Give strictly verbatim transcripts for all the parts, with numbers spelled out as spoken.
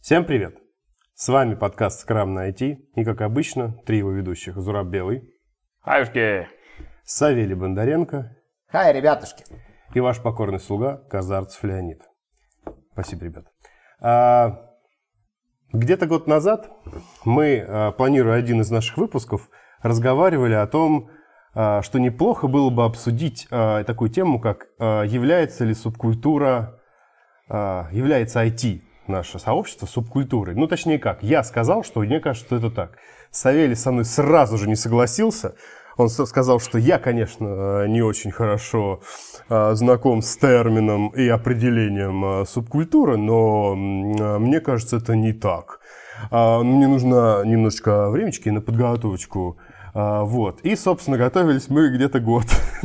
Всем привет! С вами подкаст «Скрам на ай ти» и, как обычно, три его ведущих: Зураб Белый, Хаюшки, Савелий Бондаренко, Хай, ребятушки, и ваш покорный слуга Казарцев Леонид. Спасибо, ребята. А, где-то год назад мы, а, планируя один из наших выпусков, разговаривали о том, а, что неплохо было бы обсудить а, такую тему, как а, является ли субкультура, а, является ай ти, наше сообщество, субкультурой. Ну, точнее как, я сказал, что мне кажется, что это так. Савелий со мной сразу же не согласился. Он сказал, что я, конечно, не очень хорошо а, знаком с термином и определением а, субкультуры, но а, мне кажется, это не так. А, мне нужно немножечко времечки на подготовочку. А, вот. И, собственно, готовились мы где-то год.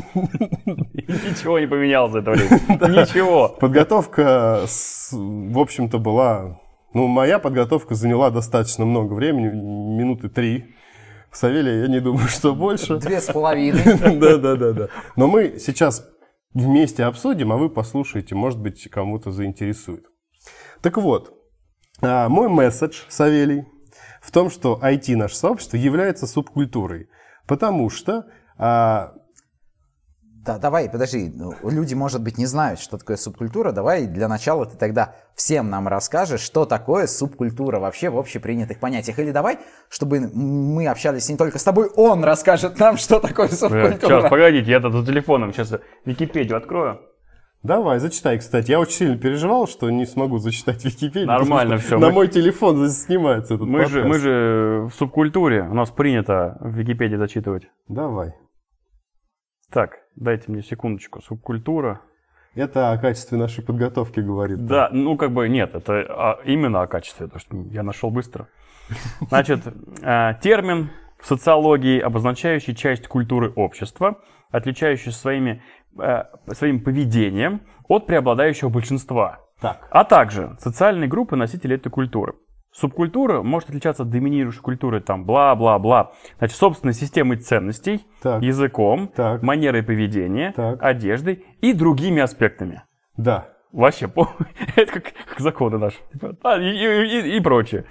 Ничего не поменялось за это время. Ничего. Подготовка, в общем-то, была... Ну, моя подготовка заняла достаточно много времени, минуты три. Савелий, я не думаю, что больше. Две с половиной. Да-да-да. Но мы сейчас вместе обсудим, а вы послушаете, может быть, кому-то заинтересует. Так вот, мой месседж, Савелий, в том, что ай ти, наше сообщество, является субкультурой. Потому что... А... Да, давай, подожди. Люди, может быть, не знают, что такое субкультура. Давай для начала ты тогда всем нам расскажешь, что такое субкультура вообще в общепринятых понятиях. Или давай, чтобы мы общались не только с тобой, он расскажет нам, что такое субкультура. Сейчас, погодите, я тут за телефоном сейчас Википедию открою. Давай, зачитай, кстати. Я очень сильно переживал, что не смогу зачитать Википедию. Нормально все. На мы... мой телефон снимается этот мы подкаст. же, мы же в субкультуре. У нас принято в Википедии зачитывать. Давай. Так, дайте мне секундочку. Субкультура. Это о качестве нашей подготовки говорит. Да, ну как бы нет, это именно о качестве, потому что я нашел быстро. Значит, термин в социологии, обозначающий часть культуры общества, отличающийся своими, своим поведением от преобладающего большинства, так. а также социальные группы носителей этой культуры. Субкультура может отличаться от доминирующей культуры, там, бла-бла-бла. Значит, собственной системой ценностей, так. языком, так. манерой поведения, так. одеждой и другими аспектами. Да. Вообще, это как, как законы наши. А, и, и, и прочее.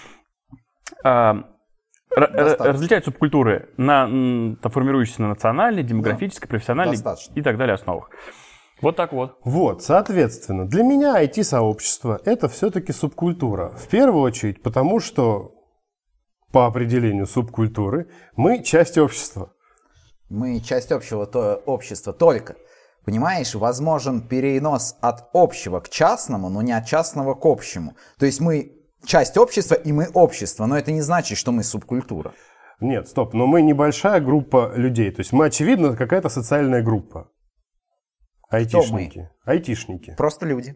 А, различают субкультуры на формирующиеся на национальной, демографической, да. профессиональной Достаточно. И так далее основах. Вот так вот. Вот, соответственно, для меня ай ти-сообщество – это все-таки субкультура. В первую очередь, потому что по определению субкультуры мы часть общества. Мы часть общего то, общества только. Понимаешь, возможен перенос от общего к частному, но не от частного к общему. То есть мы часть общества, и мы общество, но это не значит, что мы субкультура. Нет, стоп, но мы небольшая группа людей. То есть мы, очевидно, какая-то социальная группа. Айтишники. Айтишники. Просто люди.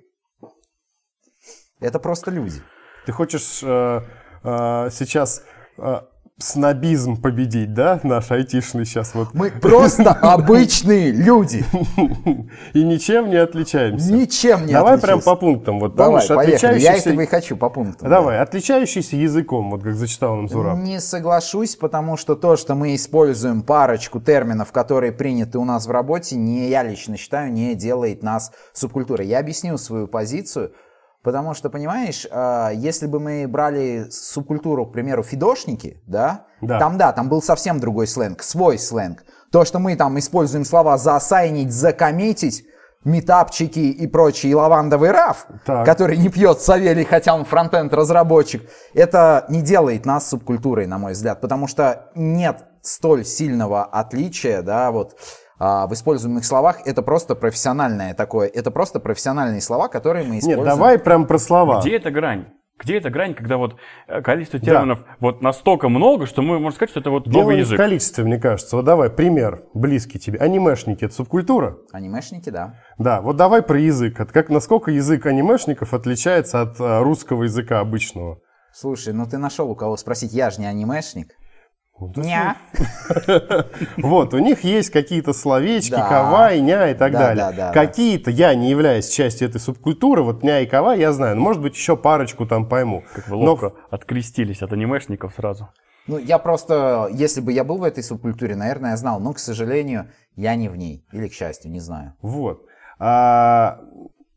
Это просто люди. Ты хочешь э, э, сейчас э, снобизм победить, да, наш айтишный сейчас вот? Мы просто обычные люди. И ничем не отличаемся. Ничем не Давай отличаемся. прям по пунктам. Вот, Давай, помнишь, поехали. отличающийся... Я этого и хочу по пунктам. Давай, да. отличающийся языком, вот как зачитал нам Зураб. Не соглашусь, потому что то, что мы используем парочку терминов, которые приняты у нас в работе, не, я лично считаю, не делает нас субкультурой. Я объясню свою позицию. Потому что, понимаешь, если бы мы брали субкультуру, к примеру, фидошники, да, да, там, да, там был совсем другой сленг, свой сленг. То, что мы там используем слова «заосайнить», «закоммитить», «митапчики» и прочий, и «лавандовый раф», так. который не пьет Савелий, хотя он фронтенд-разработчик, это не делает нас субкультурой, на мой взгляд, потому что нет столь сильного отличия, да, вот, в используемых словах. Это просто профессиональное такое, это просто профессиональные слова, которые мы используем. Нет, давай прям про слова. Где эта грань? Где эта грань, когда вот количество терминов да. вот настолько много, что мы можем сказать, что это вот Дело новый не язык? В количестве, мне кажется. Вот давай пример близкий тебе. Анимешники – это субкультура? Анимешники, да. Да, вот давай про язык. Как, насколько язык анимешников отличается от русского языка обычного? Слушай, ну ты нашел у кого спросить, я же не анимешник. Ня. Вот, у них есть какие-то словечки, да. кавай, ня и так да, далее. Да, да, какие-то, я не являюсь частью этой субкультуры, вот ня и кавай я знаю, но может быть еще парочку там пойму. Как вы ловко но... открестились от анимешников сразу. Ну, я просто, если бы я был в этой субкультуре, наверное, я знал, но, к сожалению, я не в ней. Или, к счастью, не знаю. Вот. А...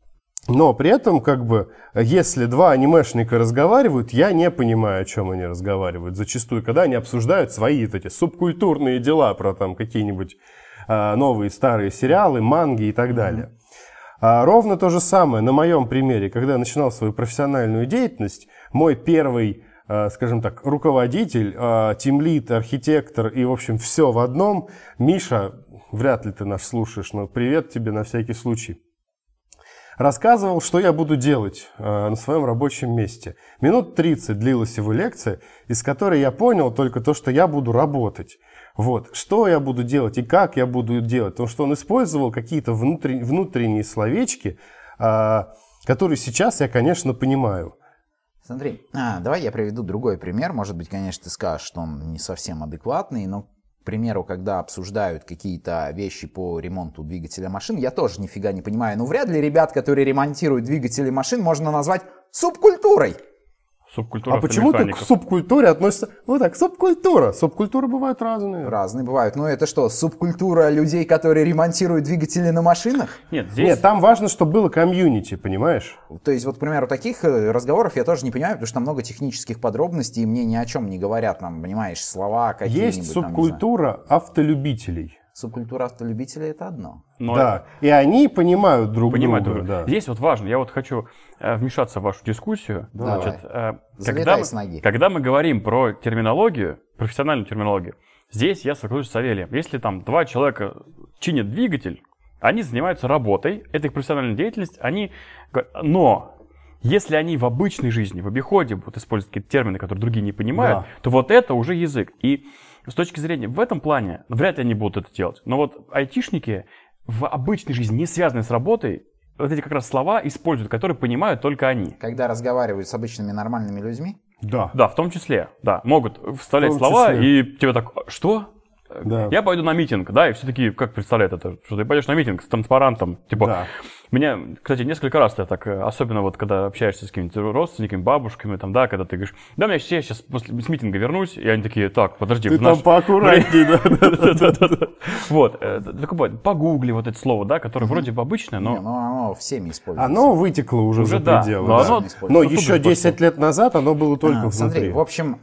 Но при этом, как бы, если два анимешника разговаривают, я не понимаю, о чем они разговаривают. Зачастую, когда они обсуждают свои вот эти субкультурные дела про там какие-нибудь а, новые старые сериалы, манги и так далее. А, ровно то же самое на моем примере, когда я начинал свою профессиональную деятельность, мой первый, а, скажем так, руководитель, а, тимлид, архитектор и, в общем, все в одном, Миша, вряд ли ты наш слушаешь, но привет тебе на всякий случай. Рассказывал, что я буду делать э, на своем рабочем месте. Минут тридцать длилась его лекция, из которой я понял только то, что я буду работать. Вот. Что я буду делать и как я буду делать. Потому что он использовал какие-то внутренние, внутренние словечки, э, которые сейчас я, конечно, понимаю. Смотри, а, давай я приведу другой пример. Может быть, конечно, ты скажешь, что он не совсем адекватный, но... К примеру, когда обсуждают какие-то вещи по ремонту двигателя машин, я тоже нифига не понимаю. Ну, вряд ли ребят, которые ремонтируют двигатели машин, можно назвать субкультурой. Субкультура а почему ты к субкультуре относишься? Ну так, субкультура. Субкультуры бывают разные. Разные бывают. Ну это что, субкультура людей, которые ремонтируют двигатели на машинах? Нет, здесь... Нет, там важно, чтобы было комьюнити, понимаешь? То есть, вот, к примеру, таких разговоров я тоже не понимаю, потому что там много технических подробностей, и мне ни о чем не говорят, там, понимаешь, слова какие-нибудь. Есть субкультура там, автолюбителей. Субкультура автолюбителей — это одно. Но да, и они понимают друг понимают друга. друг. Да. Здесь вот важно, я вот хочу э, вмешаться в вашу дискуссию. Давай. Значит, э, Залетай когда, с ноги. когда мы говорим про терминологию, профессиональную терминологию, здесь я соглашусь с Савелием. Если там два человека чинят двигатель, они занимаются работой, это их профессиональная деятельность, они... но если они в обычной жизни, в обиходе будут использовать какие-то термины, которые другие не понимают, да. то вот это уже язык. И с точки зрения, в этом плане, вряд ли они будут это делать. Но вот айтишники в обычной жизни, не связанные с работой, вот эти как раз слова используют, которые понимают только они. Когда разговаривают с обычными нормальными людьми? Да. Да, в том числе, да. Могут вставлять слова числе. И тебе так, что? Да. Я пойду на митинг, да, и все такие, как представляют это, что ты пойдешь на митинг с транспарантом, типа, да. Меня, кстати, несколько раз я так, особенно вот когда общаешься с какими-то родственниками, бабушками, там, да, когда ты говоришь, да, я сейчас после с митинга вернусь, и они такие, так, подожди. Ты там поаккуратнее, да. Вот, погугли вот это слово, да, которое вроде бы обычное, но... Ну, оно всеми используется. Оно вытекло уже за пределы. Но еще десять лет назад оно было только внутри. Смотри, в общем,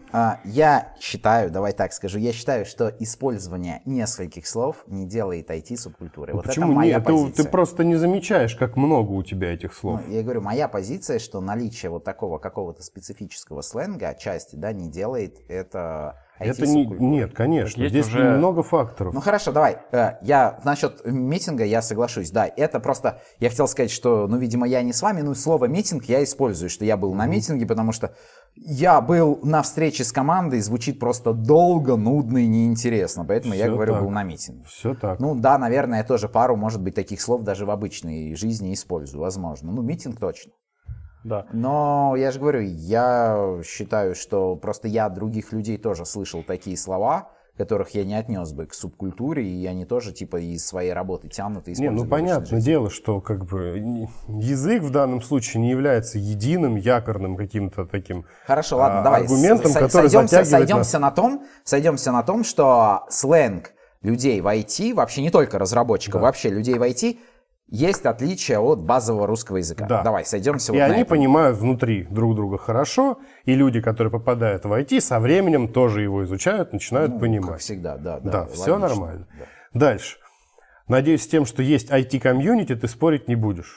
я считаю, давай так скажу, я считаю, что использование нескольких слов не делает ай ти-субкультурой. Вот почему нет? Ты просто не замечаешь, как много у тебя этих слов. Ну, я говорю, моя позиция, что наличие вот такого какого-то специфического сленга отчасти, да, не делает это ай ти-субкультурой. Это не, нет, конечно. Есть здесь уже... много факторов. Ну хорошо, давай. Я насчет митинга я соглашусь. Да, это просто, я хотел сказать, что, ну, видимо, я не с вами, но слово митинг я использую, что я был на митинге, потому что я был на встрече с командой, звучит просто долго, нудно и неинтересно, поэтому Все я говорю, так. был на митинге. Все так. Ну да, наверное, я тоже пару, может быть, таких слов даже в обычной жизни использую, возможно. Ну, митинг точно. Да. Но я же говорю, я считаю, что просто я от других людей тоже слышал такие слова, которых я не отнес бы к субкультуре, и они тоже типа из своей работы тянут и используют. Не, ну понятное дело, что как бы язык в данном случае не является единым якорным каким-то таким Хорошо, ладно, а, давай аргументом, с- который сойдемся, затягивает сойдемся, нас. на том, сойдемся на том, что сленг людей в ай ти, вообще не только разработчиков, да. вообще людей в ай ти, есть отличие от базового русского языка. Да. Давай, сойдемся и вот на они этом. понимают внутри друг друга хорошо, и люди, которые попадают в ай ти, со временем тоже его изучают, начинают ну, понимать. Как всегда, да. Да, Да, да все логично, нормально. Да. Дальше. Надеюсь, с тем, что есть ай ти-комьюнити, ты спорить не будешь.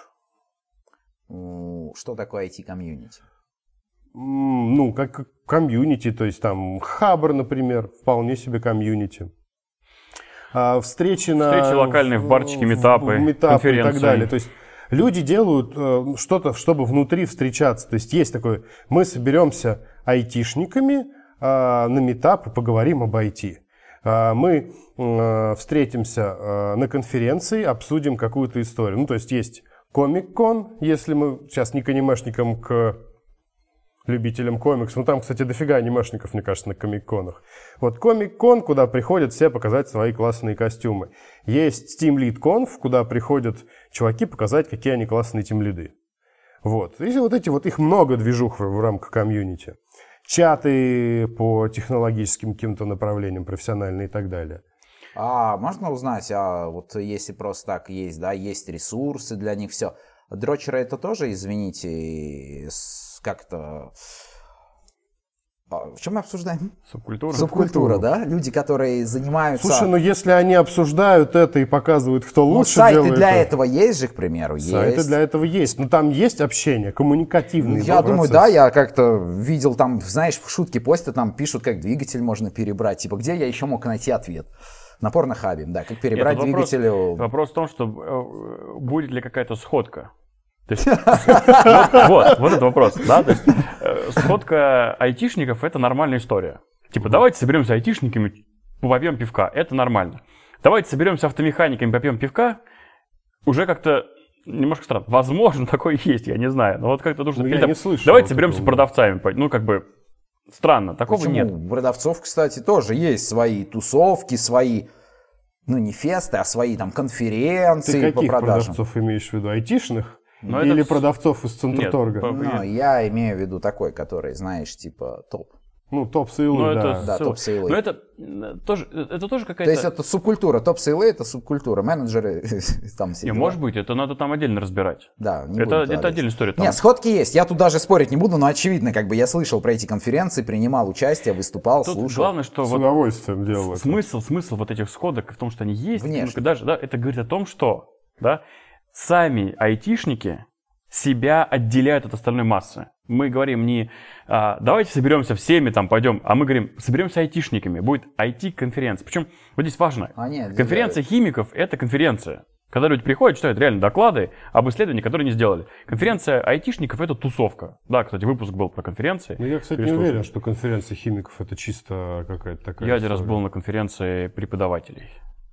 Что такое ай ти-комьюнити? Ну, как комьюнити, то есть там Хабр, например, вполне себе комьюнити. А, встречи, на, встречи локальные в барчике, метапы, метапы конференции. И так далее. То есть люди делают э, что-то, чтобы внутри встречаться. То есть есть такое, мы соберемся айтишниками э, на метап и поговорим об ай ти. Э, мы э, встретимся э, на конференции, обсудим какую-то историю. Ну, то есть есть комик-кон, если мы сейчас не к анимешникам, к любителям комиксов. Ну, там, кстати, дофига анимешников, мне кажется, на комик-конах. Вот комик-кон, куда приходят все показать свои классные костюмы. Есть Team Lead Conf, куда приходят чуваки показать, какие они классные тимлиды. Вот. И вот эти вот, их много движух в, в рамках комьюнити. Чаты по технологическим каким-то направлениям, профессиональные и так далее. А можно узнать, а вот если просто так есть, да, есть ресурсы для них, все. дрочеры это тоже, извините, как-то... В чем мы обсуждаем? Субкультура. Субкультура, да? Люди, которые занимаются... Слушай, ну если они обсуждают это и показывают, кто ну, лучше сайты делает... для этого есть же, к примеру, сайты есть. для этого есть. Но там есть общение, коммуникативный Я процесс. думаю, да, я как-то видел там, знаешь, в шутки постят, там пишут, как двигатель можно перебрать. Типа, где я еще мог найти ответ? На порнохабе, да, как перебрать Нет, вопрос, двигатель... Вопрос в том, что э, будет ли какая-то сходка. То есть, вот, вот, вот это вопрос, да, то есть э, сходка айтишников — это нормальная история. Типа, давайте соберемся айтишниками, попьем пивка, это нормально. Давайте соберемся автомеханиками, попьем пивка, уже как-то немножко странно. Возможно, такое есть, я не знаю, но вот как-то нужно... Ну, я Или, не слышал давайте вот соберемся такого. продавцами, ну, как бы, странно, такого Почему? нет. У продавцов, кстати, тоже есть свои тусовки, свои, ну, не фесты, а свои там конференции Ты по каких продажам. продавцов имеешь в виду? Айтишных? Но Или это... продавцов из Центрторга? Нет, Ну, я имею в виду такой, который, знаешь, типа топ. Ну, топ-сейлы, Ну, да. это Да, ссыл- топ-сейлы. Но это э, тоже, это тоже То какая-то... есть это субкультура, топ-сейлы это субкультура, менеджеры там все Не, дела. может быть, это надо там отдельно разбирать. Да, не Это, буду туда это лезть. отдельная история. Там... Нет, сходки есть, я тут даже спорить не буду, но очевидно, как бы я слышал про эти конференции, принимал участие, выступал, Тут слушал. главное, что С вот удовольствием делал это. смысл, смысл вот этих сходок в том, что они есть. Внешне. Ну, даже, да, это говорит о том, что да, сами айтишники себя отделяют от остальной массы. Мы говорим не а, давайте соберемся всеми, там пойдем, а мы говорим, соберемся айтишниками, будет ай ти-конференция. Причем вот здесь важно, Они отделяют. конференция химиков — это конференция. Когда люди приходят, читают реально доклады об исследованиях, которые не сделали. Конференция айтишников — это тусовка. Да, кстати, выпуск был про конференции. Ну, я, кстати, не уверен, что конференция химиков это чисто какая-то такая... Я один раз история. был на конференции преподавателей.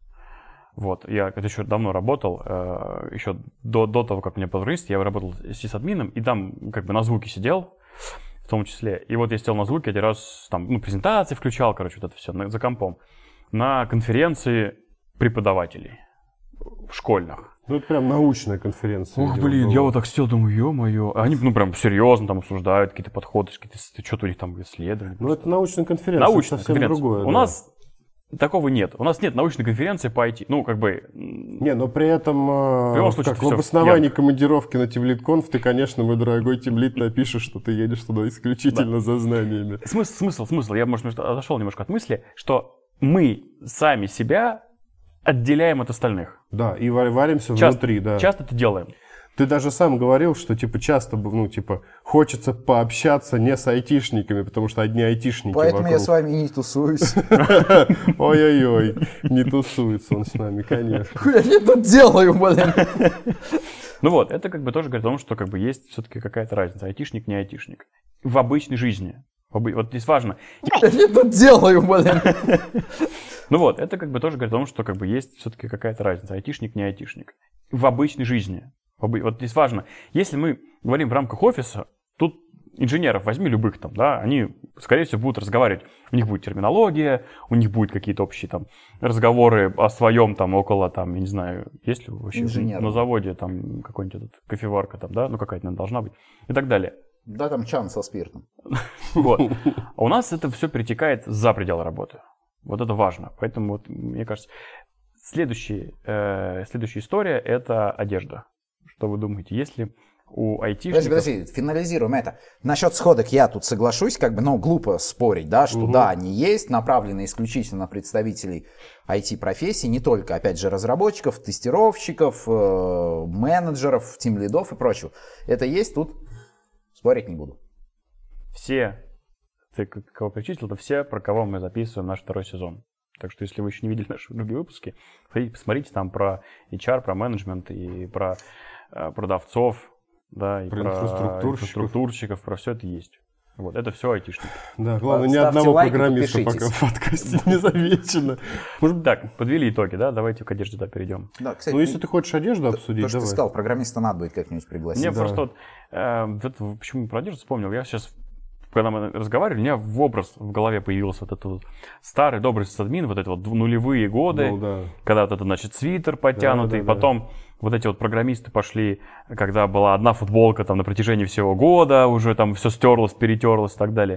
Вот, я это еще давно работал, э, еще до, до того, как меня позвали, я работал сисадмином, и там как бы на звуке сидел, в том числе. И вот я сидел на звуке один раз, там, ну, презентации включал, короче, вот это все, на, за компом, на конференции преподавателей школьных. Ну, это прям научная конференция. Ух, видимо, блин, была. я вот так сидел, думаю, ё-моё. Они, ну, прям серьезно там обсуждают какие-то подходы, какие-то, что-то у них там исследования. Ну, это научная конференция, Научная совсем конференция. другое. У да. нас такого нет. У нас нет научной конференции по ай ти. Ну, как бы... Не, но при этом, э, любом случае, как это в всё обосновании ярко. командировки на Тимлит-конф, ты, конечно, мой дорогой Тимлит, напишешь, что ты едешь туда исключительно за знаниями. Смысл, смысл, смысл. Я, может, отошел немножко от мысли, что мы сами себя отделяем от остальных. Да, и ва- варимся Часто, внутри, да. часто это делаем. Ты даже сам говорил, что типа часто, ну, типа, хочется пообщаться не с айтишниками, потому что одни айтишники Поэтому я вокруг. с вами и не тусуюсь. Ой-ой-ой, не тусуется он с нами, конечно. Хуя я тут делаю, блин. Ну вот, это как бы тоже говорит о том, что как бы есть все-таки какая-то разница. Айтишник, не айтишник. В обычной жизни. В обы- Вот здесь важно. Хуя я тут делаю, блин. Ну вот, это как бы тоже говорит о том, что как бы есть все-таки какая-то разница. Айтишник, не айтишник. В обычной жизни. В обы- Вот здесь важно. Если мы говорим в рамках офиса, тут инженеров возьми любых там, да, они, скорее всего, будут разговаривать. У них будет терминология, у них будут какие-то общие там разговоры о своем там около там, я не знаю, есть ли вообще Инженеров. на заводе там какой-нибудь этот кофеварка там, да, ну какая-то наверное, должна быть и так далее. Да, там чан со спиртом. Вот. А у нас это все перетекает за пределы работы. Вот это важно. Поэтому, вот, мне кажется, следующий, э, следующая история – это одежда. Что вы думаете, если у айтишников... Подожди, подожди, финализируем это. Насчет сходок я тут соглашусь, как бы, ну, глупо спорить, да, что Угу. да, они есть, направлены исключительно на представителей ай ти-профессий, не только, опять же, разработчиков, тестировщиков, э, менеджеров, тимлидов и прочего. Это есть, тут спорить не буду. Все, ты к- кого перечислил, это все, про кого мы записываем наш второй сезон. Так что, если вы еще не видели наши другие выпуски, ходите, посмотрите там про эйч ар, про менеджмент и про э, продавцов, да, и Про про, инфраструктурщиков. инфраструктурщиков, про все это есть. Вот, это все айтишники. Да, главное, ни Ставьте одного лайк и программиста пока подпишитесь. в подкасте не замечено. Может, Так, подвели итоги, да, давайте к одежде да, перейдем. Да, кстати, ну, если ты хочешь одежду обсудить, то, что давай. ты сказал, программиста надо будет как-нибудь пригласить. Мне Да. просто вот, э, вот это, почему про одежду вспомнил, я сейчас, когда мы разговаривали, у меня в образ в голове появился вот этот вот старый добрый сисадмин, вот эти вот нулевые годы, Ну, да. когда вот это, значит, свитер подтянутый, Да, да, да. потом вот эти вот программисты пошли, когда была одна футболка там на протяжении всего года, уже там все стерлось, перетерлось и так далее.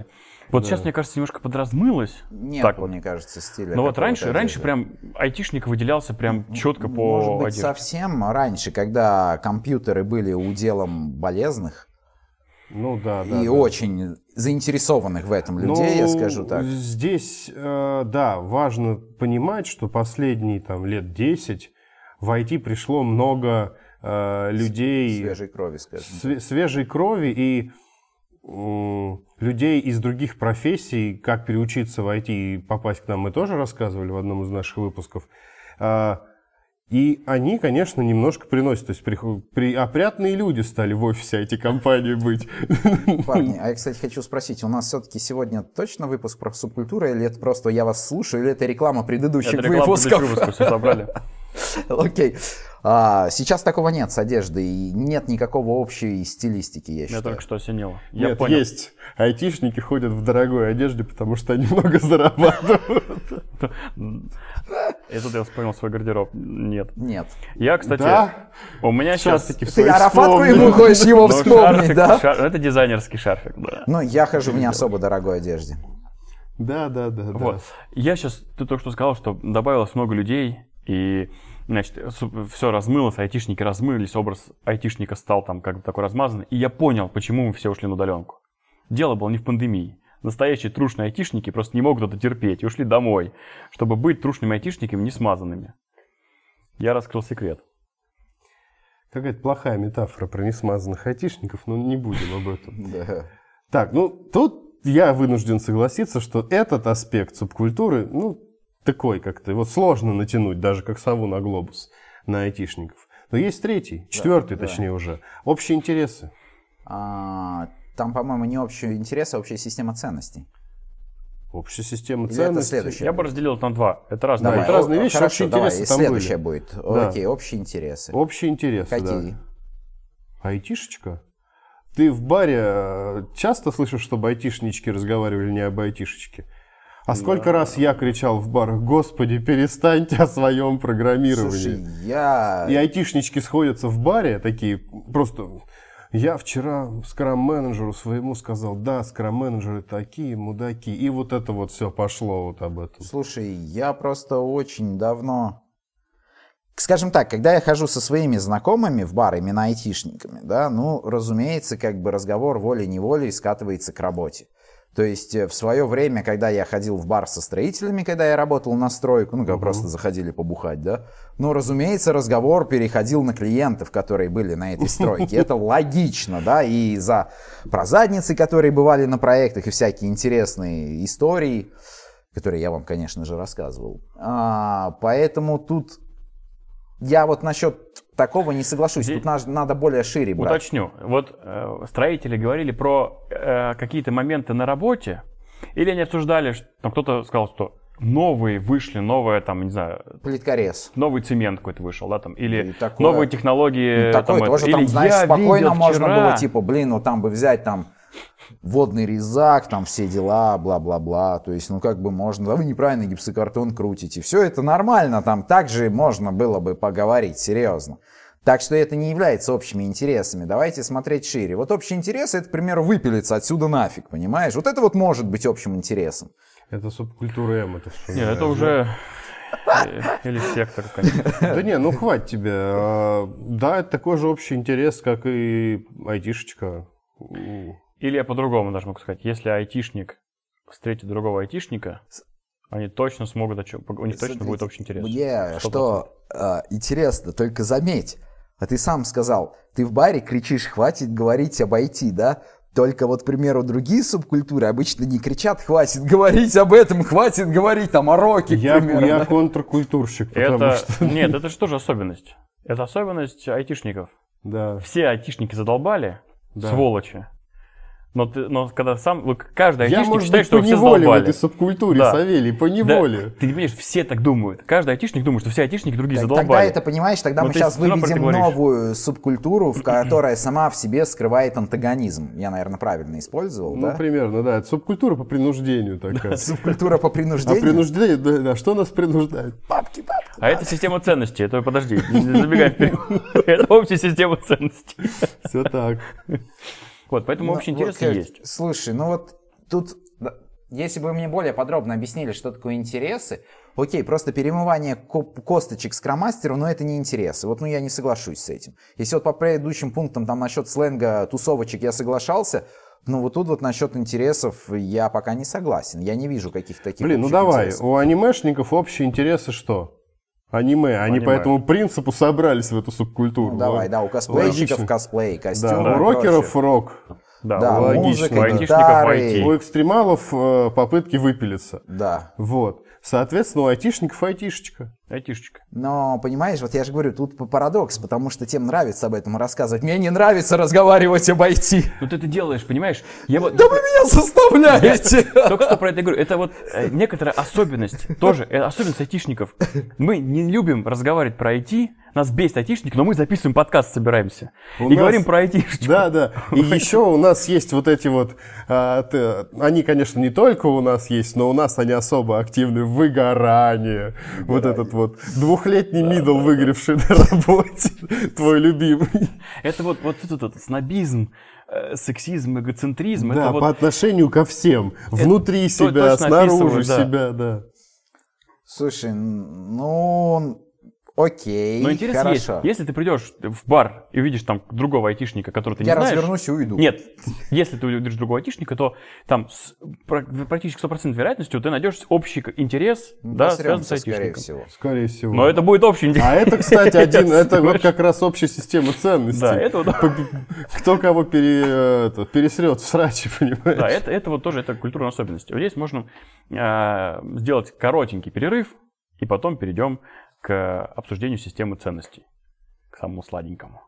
Вот Да. сейчас, мне кажется, немножко подразмылось. Нет, Так вот. мне кажется, стиля. Но вот какого-то раньше, раньше одежды. прям айтишник выделялся прям четко по Может быть, одежде. совсем раньше, когда компьютеры были уделом болезных Ну да, да. и да. очень заинтересованных в этом людей, Ну, я скажу так. Здесь, э, да, важно понимать, что последние там лет десять в ай ти пришло много э, людей... Свежей крови, скажем. све- свежей крови и м, людей из других профессий, как переучиться в ай ти и попасть к нам, мы тоже рассказывали в одном из наших выпусков. А, И они, конечно, немножко приносят. То есть приход- при, опрятные люди стали в офисе ай ти-компании быть. Парни, а я, кстати, хочу спросить, у нас все-таки сегодня точно выпуск про субкультуру, или это просто я вас слушаю, или это реклама предыдущих Это реклама выпусков? предыдущего выпуска, все собрали. Окей. А, сейчас такого нет с одеждой, и нет никакого общей стилистики, я Меня считаю. только что осенило. Я Нет, понял. есть. Айтишники ходят в дорогой одежде, потому что они много зарабатывают. И тут я вспомнил свой гардероб. Нет. Нет. Я, кстати, Да? у меня Сейчас сейчас... таки Ты свои Арафатку вспомнил. ему хочешь его Ну, вспомнить, шарфик, да? шар- Это дизайнерский шарфик, да. Ну, я хожу в не особо дорогой одежде. Да, да, да. да. Вот. Я сейчас, ты только что сказал, что добавилось много людей, и, значит, все размылось, айтишники размылись, образ айтишника стал там как бы такой размазанный, и я понял, почему мы все ушли на удаленку. Дело было не в пандемии. Настоящие трушные айтишники просто не могут это терпеть и ушли домой, чтобы быть трушными айтишниками не смазанными. Я раскрыл секрет. Какая-то плохая метафора про несмазанных айтишников, но не будем об этом. Да. Так, ну тут я вынужден согласиться, что этот аспект субкультуры, ну, такой как-то, вот сложно натянуть, даже как сову на глобус, на айтишников. Но есть третий, четвертый, да. точнее уже, общие интересы. А, там, по-моему, не общий интерес, а общая система ценностей. Общая система Или это ценностей. следующее? Я бы разделил это на два. Это разные Давай. вещи. Это разные вещи, Хорошо, общие давай, интересы и там следующее были. будет. Да. Окей, общие интересы. Общие интересы, Какие? да. Айтишечка? Ты в баре э, часто слышишь, чтобы айтишнички разговаривали не об айтишечке? А сколько раз я кричал в барах: «Господи, перестаньте о своем программировании». Слушай, я... И айтишнички сходятся в баре, такие просто... Я вчера скрам-менеджеру своему сказал: да, скрам-менеджеры такие мудаки. И вот это вот все пошло вот об этом. Слушай, я просто очень давно... Скажем так, когда я хожу со своими знакомыми в бар, именно айтишниками, да, ну, разумеется, как бы разговор волей-неволей скатывается к работе. То есть в свое время, когда я ходил в бар со строителями, когда я работал на стройку, ну, когда Мгм. просто заходили побухать, да, ну, разумеется, разговор переходил на клиентов, которые были на этой стройке. Это логично, да, и за прозадницы, которые бывали на проектах, и всякие интересные истории, которые я вам, конечно же, рассказывал. А, поэтому тут я вот насчет такого не соглашусь. Здесь- Тут наж- надо более шире брать. Уточню. Вот э, строители говорили про э, какие-то моменты на работе, или они обсуждали, что там кто-то сказал, что новые вышли, новое там, не знаю, Плиткорез. новый цемент какой-то вышел, да, там, или И такое- новые технологии. Ну, такое там, тоже, это, там, или знаешь, я спокойно видел можно вчера- было, типа, блин, ну там бы взять там водный резак, там все дела, бла-бла-бла. То есть, ну как бы можно, да вы неправильно гипсокартон крутите. Все это нормально, там также можно было бы поговорить, серьезно. Так что это не является общими интересами. Давайте смотреть шире. Вот общий интерес — это, к примеру, выпилиться отсюда нафиг, понимаешь? Вот это вот может быть общим интересом. Это субкультура М, это Нет, вспоминаю. это уже... э, Или сектор какой-нибудь. Да не, ну хватит тебе. А, Да, это такой же общий интерес, как и айтишечка. Или я по-другому даже могу сказать. Если айтишник встретит другого айтишника, они точно смогут, о чем, у них точно будет общий интерес. Мне Сто что э, интересно, только заметь, а ты сам сказал, ты в баре кричишь: хватит говорить об ай ти, да? Только вот, к примеру, другие субкультуры обычно не кричат: хватит говорить об этом, хватит говорить там о роке, к Я, примеру, я да? контркультурщик, потому Это... что... Нет, это же тоже особенность. Это особенность айтишников. Да. Все айтишники задолбали, Да. сволочи. Но, ты, но когда сам... вот Каждый Я, айтишник может считает, быть, что его все поневоле в задолбали. этой субкультуре, Да. Савелий, Да, поневоле. ты понимаешь, все так думают. Каждый айтишник думает, что все айтишники другие Так- задолбали. Тогда это, понимаешь, тогда Но мы ты сейчас всё равно выведем про это говоришь. новую субкультуру, в которая сама в себе скрывает антагонизм. Я, наверное, правильно использовал, Ну, да? примерно, да. Это субкультура по принуждению такая. Субкультура по А принуждению. принуждение, да, да, что нас принуждает? Бабки, бабки. А это система ценностей. Это подожди, не забегай вперед. Это общая система ценностей. Все так. Вот, поэтому Ну, общие вот, интересы Кать, есть. Слушай, ну вот тут да, если бы вы мне более подробно объяснили, что такое интересы, окей, просто перемывание косточек скромастеру, но это не интересы. Вот, ну, я не соглашусь с этим. Если вот по предыдущим пунктам там насчет сленга, тусовочек я соглашался, но вот тут вот насчет интересов я пока не согласен. Я не вижу каких-то таких Блин, ну давай, интересов. у анимешников общие интересы что? Аниме. Они Аниме. по этому принципу собрались в эту субкультуру. Ну, давай, да, у косплейщиков Логично. косплей, Да, костюм. у рокеров рок. Да, Да, у логично, музыка, да. у айтишников гитары. ай ти. У экстремалов э, попытки выпилиться. Да. Вот. Соответственно, у айтишников айтишечка. Айтишечка. Но, понимаешь, вот я же говорю, тут парадокс, потому что тем нравится об этом рассказывать. Мне не нравится разговаривать об ай ти. Ну ты это делаешь, понимаешь? Я вот... Да вы меня заставляете! Только что про это говорю. Это вот э, некоторая особенность, тоже э, особенность айтишников. Мы не любим разговаривать про ай ти, нас бесит айтишник, но мы записываем подкаст, собираемся. У и нас- говорим про айтишечку. Да, да. И еще у нас есть вот эти вот... а, т- они, конечно, не только у нас есть, но у нас они особо активны. Выгорание. Вот этот вот двухлетний мидл, выгоревший на работе. Твой любимый. Это вот, вот этот, этот снобизм, э, сексизм, эгоцентризм. Да, это по вот... отношению ко всем. Внутри то- себя, точно снаружи описывает, да. себя, да. Слушай, ну, окей, Но интерес хорошо. есть. Если ты придешь в бар и увидишь там другого айтишника, которого ты Я не знаешь... развернусь и уйду. Нет, если ты увидишь другого айтишника, то там с пр- практически сто процентов вероятностью ты найдешь общий интерес, да, связанный с Посрёмся, скорее айтишником. всего. Скорее всего. Но это будет общий интерес. А это, кстати, один, это вот Понимаешь? как раз общая система ценностей. Да, это вот... Кто кого пере, это, пересрет в сраче, понимаешь? Да, это, это вот тоже это культурная особенность. Вот здесь можно э, сделать коротенький перерыв, и потом перейдем к обсуждению системы ценностей, к самому сладенькому.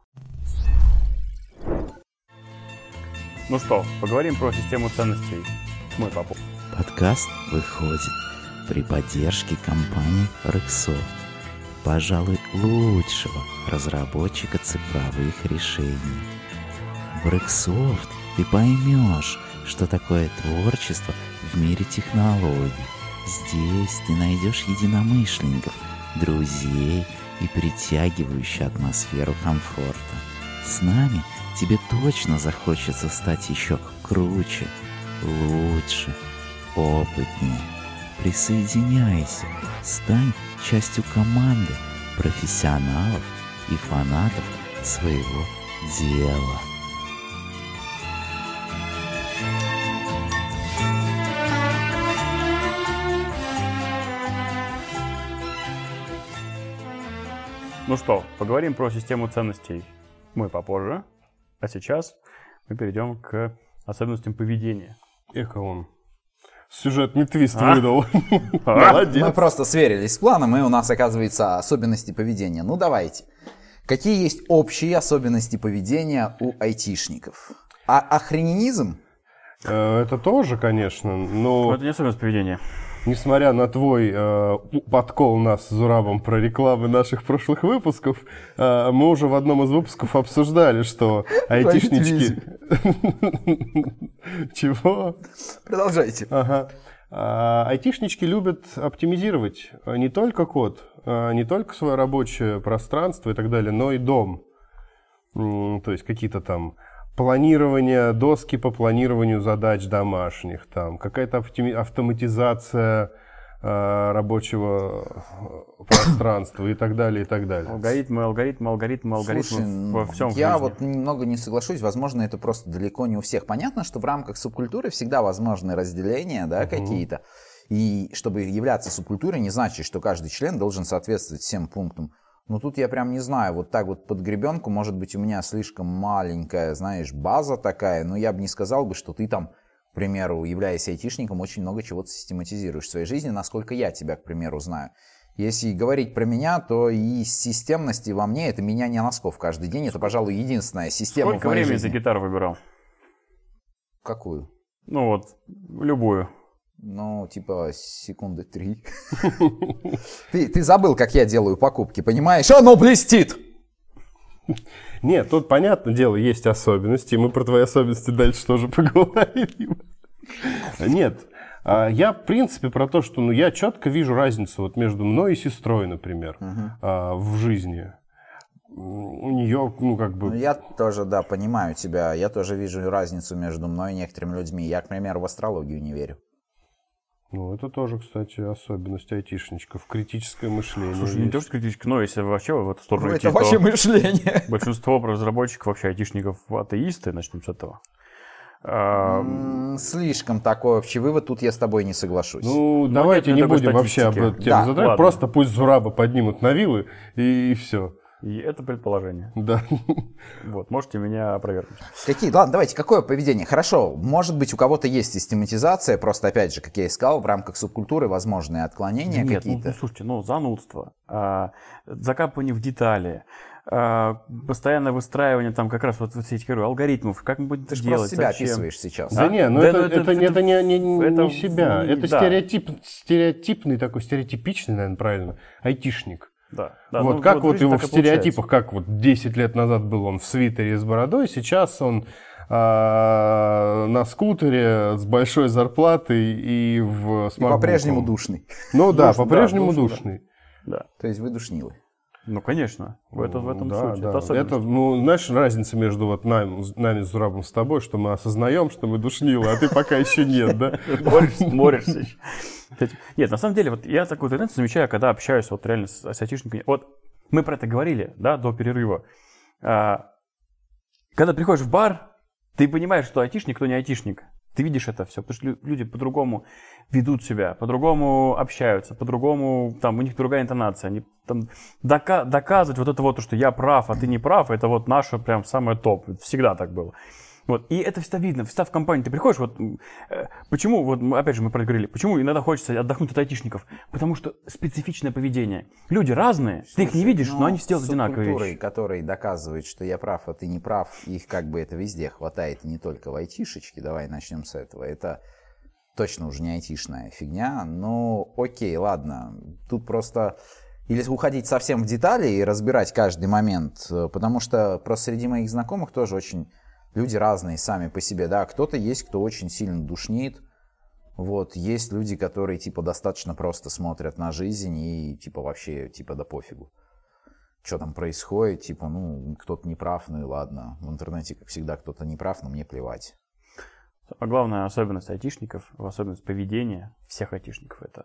Ну что, поговорим про систему ценностей. Мой папа. Подкаст выходит при поддержке компании Rexsoft, пожалуй, лучшего разработчика цифровых решений. В Rexsoft ты поймешь, что такое творчество в мире технологий. Здесь ты найдешь единомышленников, друзей и притягивающую атмосферу комфорта. С нами тебе точно захочется стать еще круче, лучше, опытнее. Присоединяйся, стань частью команды профессионалов и фанатов своего дела. Ну что, поговорим про систему ценностей мы попозже, а сейчас мы перейдем к особенностям поведения. Эх, он сюжетный твист А? выдал. А? Молодец. Мы просто сверились с планом, и у нас оказывается особенности поведения. Ну давайте. Какие есть общие особенности поведения у айтишников? А охрененизм? Э, Это тоже, конечно, Но но это не особенность поведения. несмотря на твой э, подкол нас с Зурабом про рекламы наших прошлых выпусков, э, мы уже в одном из выпусков обсуждали, что айтишнички... Чего? Продолжайте. Ага. А, айтишнички любят оптимизировать не только код, а, не только свое рабочее пространство и так далее, но и дом. М, То есть какие-то там планирование, доски по планированию задач домашних, там какая-то автоми- автоматизация а, рабочего э, пространства и так далее, и так далее. Алгоритмы, алгоритмы, алгоритмы, алгоритмы Слушай, во всем. в я жизни. вот немного не соглашусь. Возможно, это просто далеко не у всех. Понятно, что в рамках субкультуры всегда возможны разделения, да, какие-то. И чтобы являться субкультурой, не значит, что каждый член должен соответствовать всем пунктам. Но тут я прям не знаю, вот так вот под гребенку, может быть, у меня слишком маленькая, знаешь, база такая, но я бы не сказал бы, что ты там, к примеру, являясь айтишником, очень много чего-то систематизируешь в своей жизни, насколько я тебя, к примеру, знаю. Если говорить про меня, то и системности во мне, это меняние носков каждый день, это, пожалуй, единственная система Сколько в моей времени жизни. ты гитару выбирал? Какую? Ну вот, любую. Ну, типа, секунды три. Ты, ты забыл, как я делаю покупки, понимаешь? Оно блестит! Нет, тут, понятное дело, есть особенности, и мы про твои особенности дальше тоже поговорим. Нет, а, я, в принципе, про то, что ну, я четко вижу разницу вот между мной и сестрой, например, а, в жизни. У нее, ну, как Ну, бы... я тоже, да, понимаю тебя. Я тоже вижу разницу между мной и некоторыми людьми. Я, к примеру, в астрологию не верю. Ну, это тоже, кстати, особенность айтишничков. Критическое мышление. Слушай, не есть. то, что критическое, но если вообще в эту сторону Ну, идти, это вообще то мышление. большинство разработчиков вообще айтишников атеисты, начнем с этого. А, М, Слишком такой общий вывод, тут я с тобой не соглашусь. Ну, Ну, давайте нет не такой будем вообще об статистики. этом тему Да, задавать. ладно. Просто пусть Зурабы поднимут на вилы и, и все. и это предположение. Да. Вот, можете меня опровергнуть. Какие? Ладно, давайте, какое поведение? Хорошо, может быть, у кого-то есть систематизация, просто, опять же, как я и сказал, в рамках субкультуры возможные отклонения Нет, ну, какие-то. ну, слушайте, ну, занудство, а, закапывание в детали, а, постоянное выстраивание там как раз вот, вот этих говорю, алгоритмов, как мы будем Ты это же делать, просто себя зачем. описываешь сейчас. Да А? не, ну Да, это, ну, это, это- это, это- не, не, не это- себя. не- Это да. стереотип, стереотипный такой, стереотипичный, наверное, правильно, айтишник. Да, да, вот ну, как вот жизнь его так в и получается. стереотипах, как вот десять лет назад был он в свитере с бородой, сейчас он а, на скутере с большой зарплатой и в И смартбуке. по-прежнему душный. Ну да, Душный, по-прежнему да, душный, душный. Да. То есть вы душнилы. Ну, конечно, в, это, в этом Да, суть. да. Это особенность. Это, ну, знаешь, разница между вот нами, нами с Зурабом с тобой, что мы осознаем, что мы душнилы, а ты пока еще нет, да? Борешься, борешься еще. Нет, на самом деле, вот я такую тенденцию замечаю, когда общаюсь вот реально с, с айтишниками. Вот мы про это говорили, да, до перерыва. А, когда приходишь в бар, ты понимаешь, кто айтишник, кто не айтишник. Ты видишь это все, потому что лю- люди по-другому ведут себя, по-другому общаются, по-другому, там, у них другая интонация. Они там дока- доказывать вот это вот, что я прав, а ты не прав, это вот наше прям самое топ. Всегда так было. Вот. И это всегда видно, всегда в компании ты приходишь, вот э, почему, вот мы- опять же мы проговорили, почему иногда хочется отдохнуть от айтишников, потому что специфичное поведение. Люди разные, ты их не видишь, но, они все делают одинаковые субкультуры, вещи. которые доказывают, что я прав, а ты не прав, их как бы это везде хватает, не только в айтишечке, давай начнем с этого. Это точно уже не айтишная фигня, но окей, ладно, тут просто или уходить совсем в детали и разбирать каждый момент, э, потому что просто среди моих знакомых тоже очень люди разные сами по себе, да, кто-то есть, кто очень сильно душнит, вот, есть люди, которые, типа, достаточно просто смотрят на жизнь и, типа, вообще, типа, да пофигу, что там происходит, типа, ну, кто-то не прав, ну и ладно, в интернете, как всегда, кто-то не прав, но мне плевать. А главная особенность айтишников, особенность поведения всех айтишников, это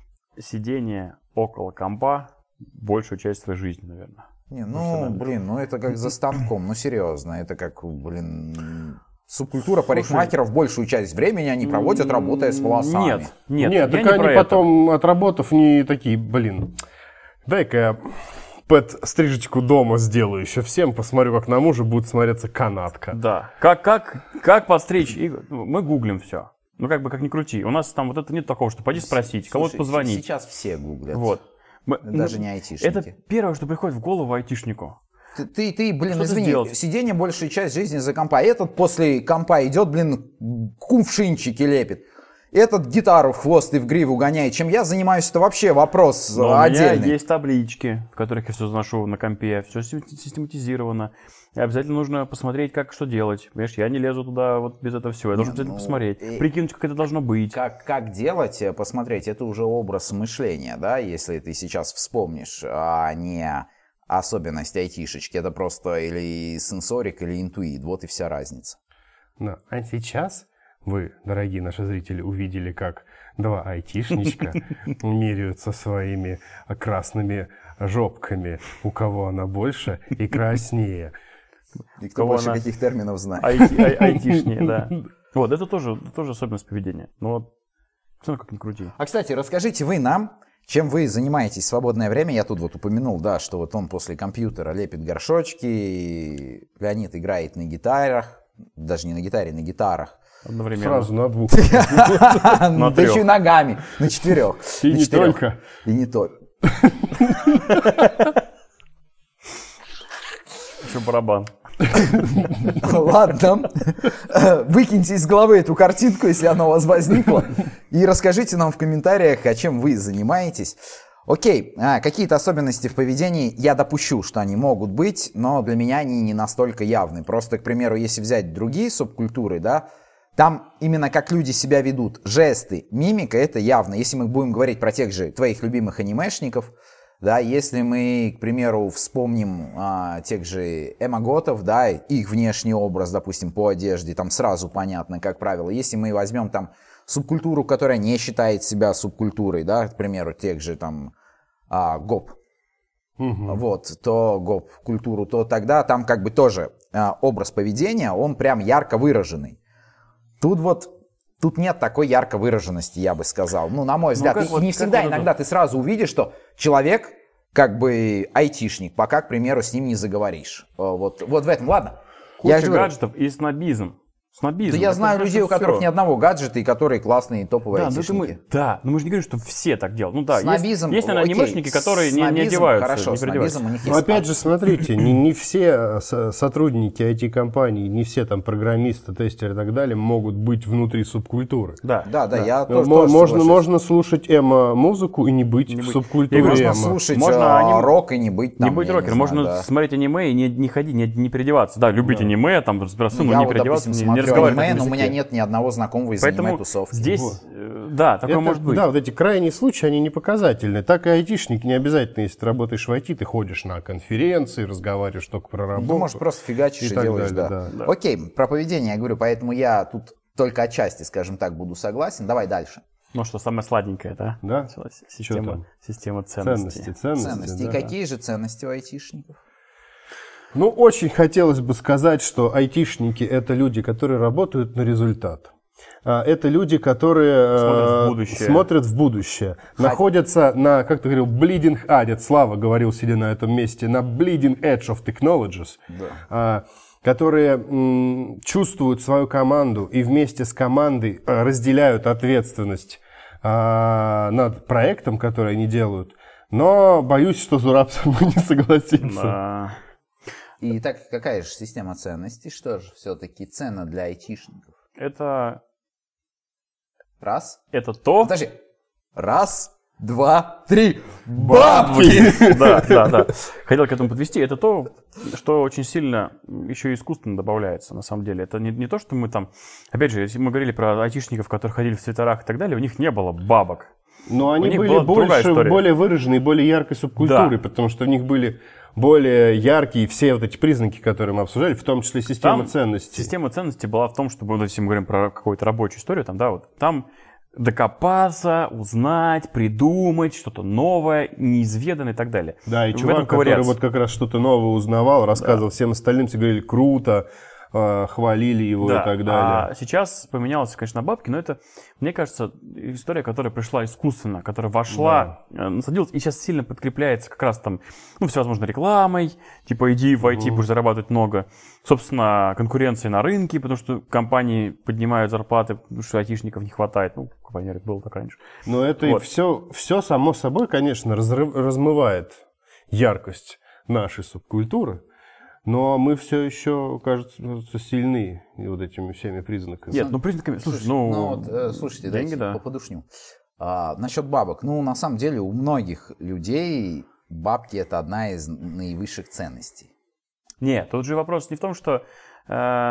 сидение около компа большую часть своей жизни, наверное. Не, ну, блин, ну это как за станком, ну серьезно, это как, блин, субкультура парикмахеров большую часть времени они проводят, работая с волосами. Нет, нет, Нет, я так не они про это. потом, отработав, не такие, блин, дай-ка я пэт-стрижечку дома сделаю еще всем, посмотрю, как на мужа будет смотреться канатка. Да. Как, как, как подстричь? И мы гуглим все. Ну, как бы, как ни крути. У нас там вот это нет такого, что пойди спросить, кого-то Слушай, позвонить. Сейчас все гуглят. Вот. Мы- Даже ну, не айтишники. Это первое, что приходит в голову айтишнику. Ты, ты, ты, блин, Что-то извини, сделать. сидение большую часть жизни за компа. Этот после компа идет, блин, кувшинчики лепит. Этот гитару в хвост и в гриву гоняет. Чем я занимаюсь, это вообще вопрос Но у меня отдельный. есть таблички, в которых я все заношу на компе, все систематизировано. И обязательно нужно посмотреть, как что делать. Понимаешь, я не лезу туда вот без этого всего. Я должен обязательно ну, посмотреть, и- прикинуть, как это должно быть. Как, как делать, э, посмотреть, это уже образ мышления, да, если ты сейчас вспомнишь, а не особенность айтишечки. Это просто или сенсорик, или интуит. Вот и вся разница. Да. А сейчас вы, дорогие наши зрители, увидели, как два айтишничка меряются своими красными жопками, у кого она больше и краснее. И кто Кого больше она- каких терминов знает. Айти- ай- Айтишнее, да. Вот, это тоже, это тоже особенность поведения. Но вот, все равно как ни крути. А, кстати, расскажите вы нам, чем вы занимаетесь в свободное время. Я тут вот упомянул, да, что вот он после компьютера лепит горшочки, Леонид играет на гитарах, даже не на гитаре, на гитарах. Одновременно. Сразу на двух. Да трех. еще и ногами, на четырех. И На не четырех. только. И не только. Еще барабан. Ладно, выкиньте из головы эту картинку, если она у вас возникла, и расскажите нам в комментариях, о чем вы занимаетесь. Окей, а, какие-то особенности в поведении я допущу, что они могут быть, но для меня они не настолько явны. Просто, к примеру, если взять другие субкультуры, да, там именно как люди себя ведут, жесты, мимика, это явно. Если мы будем говорить про тех же твоих любимых анимешников, Да, если мы, к примеру, вспомним а, тех же эмаготов, да, их внешний образ, допустим, по одежде, там сразу понятно, как правило. Если мы возьмем там субкультуру, которая не считает себя субкультурой, да, к примеру, тех же там а, гоп, угу. вот, то гоп-культуру, то тогда там как бы тоже а, образ поведения, он прям ярко выраженный. Тут вот Тут нет такой ярко выраженности, я бы сказал. Ну, на мой взгляд, ну, вот, не всегда, иногда это? Ты сразу увидишь, что человек как бы айтишник, пока, к примеру, с ним не заговоришь. Вот, вот в этом, ладно. Куча я гаджетов и снобизм. Снобизм. Да я это знаю людей, у которых все. Ни одного гаджета, и которые классные топовые да, айтишники. Но мы, да, но мы же не говорим, что все так делают. Ну да, снобизм, есть, есть наверное, анимешники, которые не, не одеваются. Хорошо, не снобизм у них есть. Но опять же, смотрите, не, не все сотрудники ай ти-компаний, не все там программисты, тестеры и так далее могут быть внутри субкультуры. Да, да, да, да. я Но, тоже, можно, тоже можно, можно слушать эмо-музыку и не быть не в быть. субкультуре можно эмо. слушать можно а, аним... рок и не быть там, не быть рокером. Можно да. смотреть аниме и не, не ходить, не, не переодеваться. Да, любить да. аниме, там, разбираться, ну, но не вот, переодеваться, допустим, не, не разговаривать аниме, на но у меня языке. нет ни одного знакомого из аниме-тусовки. Здесь, вот. да, такое Это, может быть. Да, вот эти крайние случаи, они не показательны. Так и айтишник не обязательно, если ты работаешь в ай ти, ты ходишь на конференции, разговариваешь только про работу. Ну, может, просто фигачишь и, и делаешь, далее, да. Да. Да. Окей, про поведение я говорю, поэтому я тут только отчасти, скажем так, буду согласен. Давай дальше. Ну что, самое сладенькое, да? Да. Система, система ценностей. Ценности, ценности, ценности. Да. И какие же ценности у айтишников? Ну, очень хотелось бы сказать, что айтишники – это люди, которые работают на результат. Это люди, которые смотрят в будущее, смотрят в будущее находятся на, как ты говорил, bleeding edge, Слава говорил, сидя на этом месте, на bleeding edge of technologies, да. которые м, чувствуют свою команду и вместе с командой разделяют ответственность а, над проектом, который они делают. Но боюсь, что Зураб со мной не согласится. Да. И так какая же система ценностей? Что же все-таки ценно для айтишников? Это... Раз. Это то... Подожди. Раз, два, три. Бабки! Да, да, да. Хотел к этому подвести. Это то, что очень сильно еще и искусственно добавляется, на самом деле. Это не, не то, что мы там... Опять же, если мы говорили про айтишников, которые ходили в свитерах и так далее, у них не было бабок. Но они были больше, более выраженной, более яркой субкультурой, да. потому что в них были более яркие все вот эти признаки, которые мы обсуждали, в том числе система там ценностей. Система ценностей была в том, что, если мы говорим про какую-то рабочую историю, там, да, вот, там докопаться, узнать, придумать что-то новое, неизведанное и так далее. Да, и в чувак, который вот как раз что-то новое узнавал, рассказывал да. всем остальным, все говорили круто, хвалили его да. и так далее. А сейчас поменялось, конечно, на бабки, но это, мне кажется, история, которая пришла искусственно, которая вошла, да. насадилась и сейчас сильно подкрепляется как раз там, ну, всевозможной рекламой, типа иди в ай ти, будешь зарабатывать много. Собственно, конкуренции на рынке, потому что компании поднимают зарплаты, потому что айтишников не хватает. Ну, по крайней мере, было так раньше. Но это вот. и все, все само собой, конечно, разрыв, размывает яркость нашей субкультуры. Но мы все еще, кажется, сильны вот этими всеми признаками. Нет, ну признаками... Слушай, ну... ну вот, э, слушайте, деньги, дайте да. подушню. А, насчет бабок. Ну, на самом деле, у многих людей бабки – это одна из наивысших ценностей. Нет, тут же вопрос не в том, что э,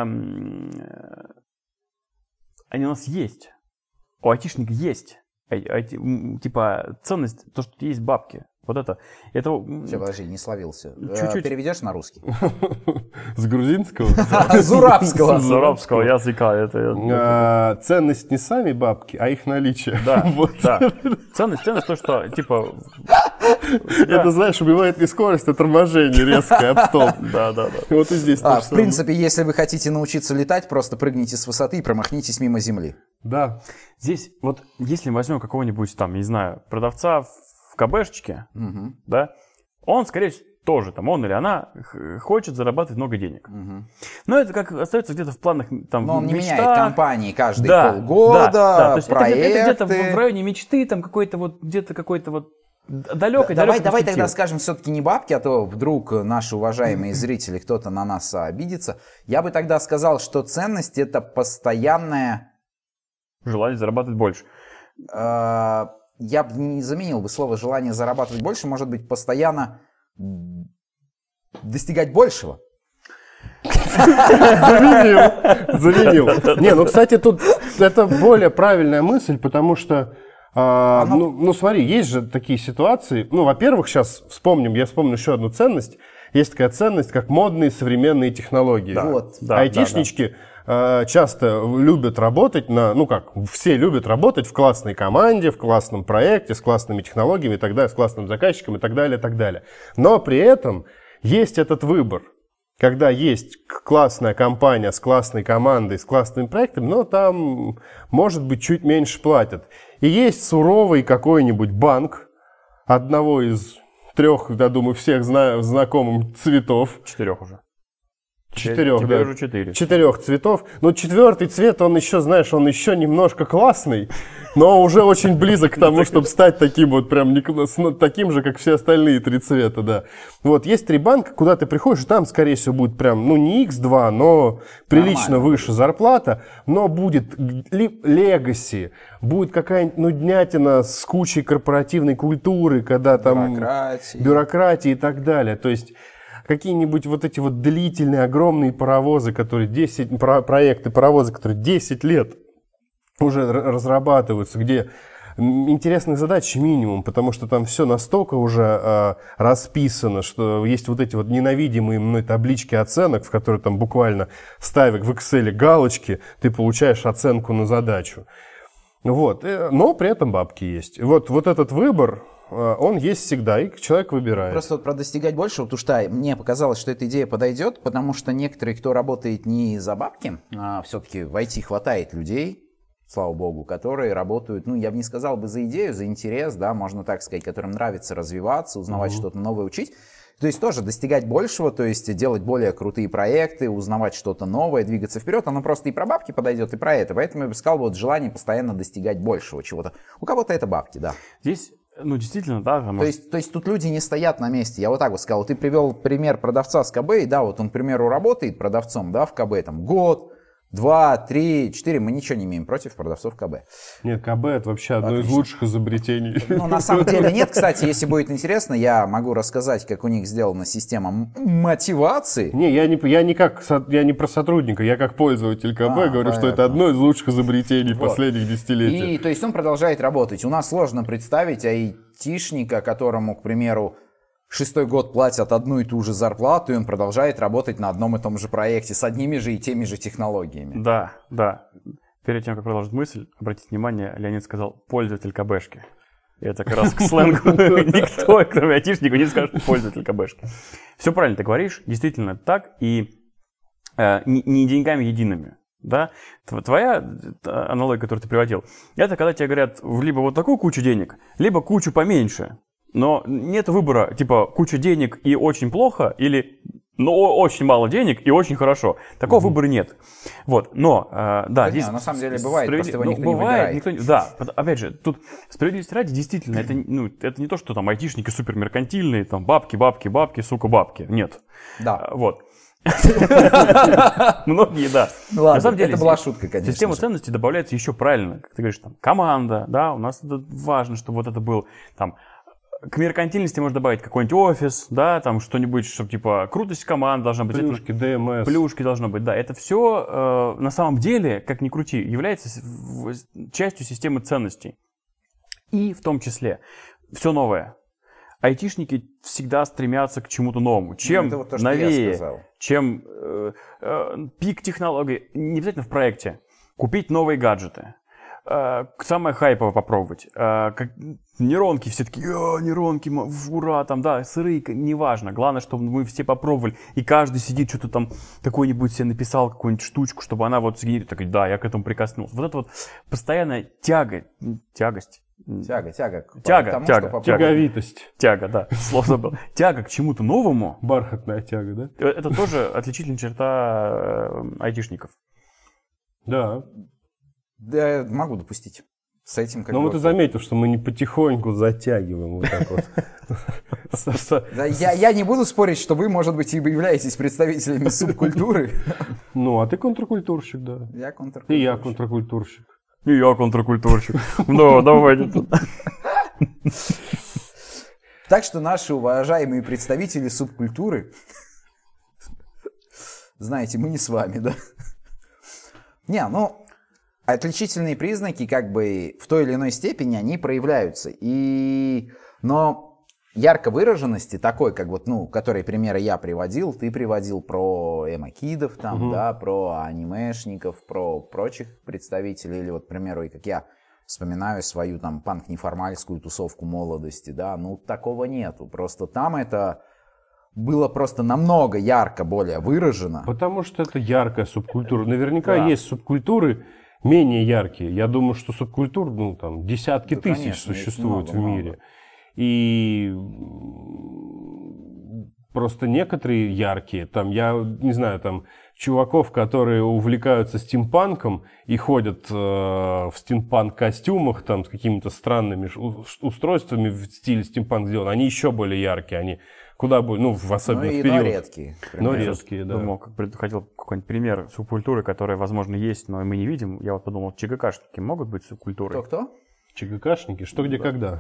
они у нас есть. У айтишника есть. Айти, типа ценность, то, что есть бабки. Вот это. это... Все, подожди, не словился. Чуть-чуть. Переведешь на русский? С грузинского? Зурабского. Зурабского языка. Ценность не сами бабки, а их наличие. Да, да. Ценность, ценность то, что, типа... Это, знаешь, убивает не скорость, а торможение резкое об стол. Да, да, да. Вот и здесь В принципе, если вы хотите научиться летать, просто прыгните с высоты и промахнитесь мимо земли. Да. Здесь, вот, если мы возьмем какого-нибудь там, не знаю, продавца в КБшечке, угу. да, он, скорее всего, тоже там, он или она хочет зарабатывать много денег. Угу. Но это как остается где-то в планах, там, но он мечтах. не меняет компании каждые да, полгода, да, да. То есть проекты. Это, это где-то в районе мечты, там какой-то вот, где-то какой-то вот далекой, да, далекой давай, давай тогда скажем все-таки не бабки, а то вдруг наши уважаемые зрители, кто-то на нас обидится. Я бы тогда сказал, что ценность – это постоянное... желание зарабатывать больше. Э- Я бы не заменил бы слово «желание зарабатывать больше», может быть, постоянно достигать большего. Заменил, заменил. Не, ну, кстати, тут это более правильная мысль, потому что А, Оно... ну, ну, смотри, есть же такие ситуации. Ну, во-первых, сейчас вспомним, я вспомню еще одну ценность. Есть такая ценность, как модные современные технологии. Да, вот. Да, айтишнички да, да. часто любят работать на, ну как, все любят работать в классной команде, в классном проекте, с классными технологиями и так далее, с классным заказчиком и так далее, и так далее. Но при этом есть этот выбор. Когда есть классная компания с классной командой, с классными проектами, но там, может быть, чуть меньше платят. И есть суровый какой-нибудь банк одного из трех, я думаю, всех зна- знакомых цветов. Четырех уже. Четырех, Тебе да. уже четыре. Четырех цветов. Но четвертый цвет, он еще, знаешь, он еще немножко классный, но уже очень близок к тому, чтобы стать таким вот прям таким же, как все остальные три цвета, да. Вот, есть три банка, куда ты приходишь, и там, скорее всего, будет прям, ну, не икс два, но прилично Нормально. Выше зарплата, но будет легаси, будет какая-нибудь нуднятина с кучей корпоративной культуры, когда там... Бюрократии. Бюрократии и так далее. То есть... Какие-нибудь вот эти вот длительные, огромные паровозы, которые десять, про, проекты, паровозы, которые десять лет уже разрабатываются, где интересных задач минимум, потому что там все настолько уже э, расписано, что есть вот эти вот ненавидимые мной таблички оценок, в которые там буквально ставя в Excel галочки, ты получаешь оценку на задачу. Вот. Но при этом бабки есть. Вот, вот этот выбор... Он есть всегда, и человек выбирает. Просто вот про достигать большего, потому что мне показалось, что эта идея подойдет, потому что некоторые, кто работает не за бабки, а все-таки в ай ти хватает людей, слава богу, которые работают, ну, я бы не сказал бы за идею, за интерес, да, можно так сказать, которым нравится развиваться, узнавать угу. что-то новое, учить. То есть тоже достигать большего, то есть делать более крутые проекты, узнавать что-то новое, двигаться вперед, оно просто и про бабки подойдет, и про это. Поэтому я бы сказал, вот желание постоянно достигать большего чего-то. У кого-то это бабки, да. Здесь... Ну, действительно, да. То, может... есть, то есть тут люди не стоят на месте. Я вот так вот сказал. Ты привел пример продавца с ка бэ, и да, вот он, к примеру, работает продавцом, да, в ка бэ, там, год, два, три, четыре. Мы ничего не имеем против продавцов ка бэ. Нет, ка бэ это вообще одно Отлично. Из лучших изобретений. Ну, на самом деле нет. Кстати, если будет интересно, я могу рассказать, как у них сделана система мотивации. Не, я не, я не, как, я не про сотрудника, я как пользователь ка бэ а, говорю, понятно. Что это одно из лучших изобретений вот. Последних десятилетий. И, то есть он продолжает работать. У нас сложно представить айтишника, которому, к примеру, шестой год платят одну и ту же зарплату, и он продолжает работать на одном и том же проекте с одними же и теми же технологиями. Да, да. Перед тем, как продолжить мысль, обратите внимание, Леонид сказал «пользователь ка бэ-шки». И это как раз к сленгу. Никто, кроме айтишника, не скажет «пользователь ка бэ-шки». Все правильно ты говоришь, действительно так, и не деньгами едиными. Да? Твоя аналогия, которую ты приводил, это когда тебе говорят либо вот такую кучу денег, либо кучу поменьше. Но нет выбора, типа, куча денег и очень плохо, или ну, очень мало денег и очень хорошо. Такого угу. выбора нет. Вот, но, э, да, да здесь... Не, на самом деле бывает, справедли... просто его ну, никто бывает, не выбирает. Никто... Да, опять же, тут справедливости ради, действительно, это, ну, это не то, что там айтишники супермеркантильные, там бабки, бабки, бабки, сука, бабки. Нет. Да. Вот. Многие, да. Ладно, на самом деле, это была шутка, конечно. Система ценностей добавляется еще правильно. Как ты говоришь, там, команда, да, у нас это важно, чтобы вот это был, там, к меркантильности можно добавить какой-нибудь офис, да, там что-нибудь, чтобы типа крутость команд должна быть. Плюшки, ди эм эс. Плюшки должно быть, да. Это все э, на самом деле, как ни крути, является частью системы ценностей. И в том числе все айтишники всегда стремятся к чемуто новому. Чем ну, вот то, новее, чем э, э, пик технологий, не обязательно в проекте, купить новые гаджеты. Самое хайповое попробовать. Как нейронки, все такие, нейронки, ура, там, да, сырые, неважно. Главное, чтобы мы все попробовали. И каждый сидит, что-то там такой-нибудь себе написал, какую-нибудь штучку, чтобы она вот сгенерировала. Такой, да, я к этому прикоснулся. Вот это вот постоянная тяга, тягость. Тяга, тяга. Тяга, тому, тяга. Тяговитость. Тяга, да, слово забыл. Тяга к чему-то новому. Бархатная тяга, да? Это тоже отличительная черта айтишников. Да. Да, могу допустить. С этим как Но бы... вот ты заметил, что мы не потихоньку затягиваем вот так вот. Я не буду спорить, что вы, может быть, и являетесь представителями субкультуры. Ну, а ты контркультурщик, да. Я контркультурщик. И я контркультурщик. И я контркультурщик. Да, давайте. Так что наши уважаемые представители субкультуры, знаете, мы не с вами, да? Не, ну... отличительные признаки, как бы, в той или иной степени они проявляются. И... Но ярко выраженности такой, как вот, ну, которые примеры я приводил, ты приводил про эмо-кидов, там, угу. да, про анимешников, про прочих представителей, или вот, к примеру, и как я вспоминаю свою там панк-неформальскую тусовку молодости, да, ну, такого нету. Просто там это было просто намного ярко более выражено. Потому что это яркая субкультура. Наверняка да. есть субкультуры менее яркие. Я думаю, что субкультур, ну, там, десятки да, тысяч конечно, существует много, в мире. Много. И просто некоторые яркие, там, я не знаю, там, чуваков, которые увлекаются стимпанком и ходят э, в стимпанк-костюмах, там, с какими-то странными устройствами в стиле стимпанк сделаны, они еще более яркие, они куда более, ну, в особенно ну, и, в период. Но редкие. Но редкие, да. Думал, как, хотел какой-нибудь пример субкультуры, которая, возможно, есть, но мы не видим. Я вот подумал, ЧГКшники могут быть субкультурой? Кто-кто? ЧГКшники? Что, где, да. когда?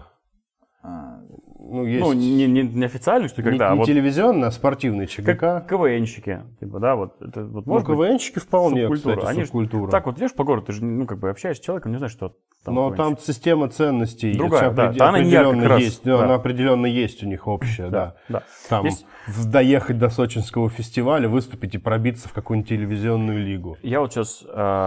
А, ну, есть... ну не, не, не официально, что когда, не, а не вот телевизионно, а спортивные ЧГК. Как КВНщики, типа, да, вот это вот может ну, КВНщики вполне, субкультура. кстати, Они субкультура. Ж, так вот идешь по городу, ты же, ну, как бы общаешься с человеком, не знаешь, что там. Но там система ценностей другая, да, опред... она не определенно раз, есть, да. она определенно есть у них общая, да. да. Там есть... доехать до сочинского фестиваля, выступить и пробиться в какую-нибудь телевизионную лигу. Я вот сейчас,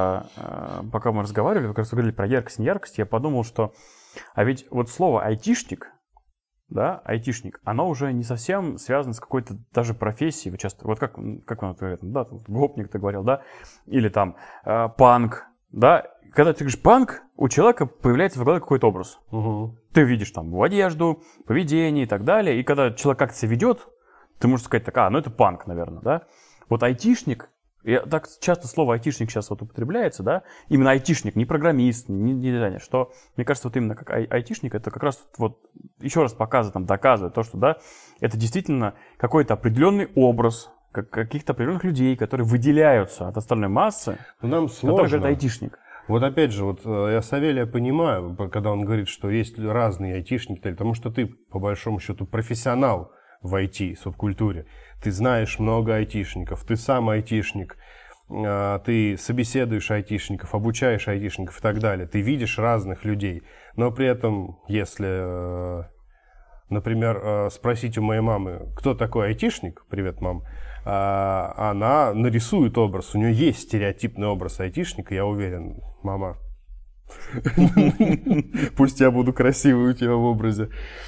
пока мы разговаривали, как раз говорили про яркость, неяркость, я подумал, что, а ведь вот слово айтишник, да, айтишник, оно уже не совсем связано с какой-то даже профессией. Вот часто, вот как, как он говорит, да, гопник ты говорил, да, или там э, панк, да. Когда ты говоришь панк, у человека появляется в голове какой-то образ. Угу. Ты видишь там в одежду, поведение и так далее. И когда человек как-то себя ведет, ты можешь сказать, так, а, ну это панк, наверное, да. Вот айтишник, я, так часто слово айтишник сейчас вот употребляется, да, именно айтишник, не программист, не, не дизайнер, что, мне кажется, вот именно как ай- айтишник, это как раз вот еще раз показывает, там, доказывает то, что, да, это действительно какой-то определенный образ, как, каких-то определенных людей, которые выделяются от остальной массы, но нам сложно. Который говорит айтишник. Вот опять же, вот я Савелия понимаю, когда он говорит, что есть разные айтишники, потому что ты, по большому счету, профессионал в ай ти, субкультуре. Ты знаешь много айтишников, ты сам айтишник, ты собеседуешь айтишников, обучаешь айтишников и так далее. Ты видишь разных людей. Но при этом, если, например, спросить у моей мамы, кто такой айтишник, привет, мам, она нарисует образ. У нее есть стереотипный образ айтишника, я уверен, мама. Пусть я буду красивый у тебя в образе.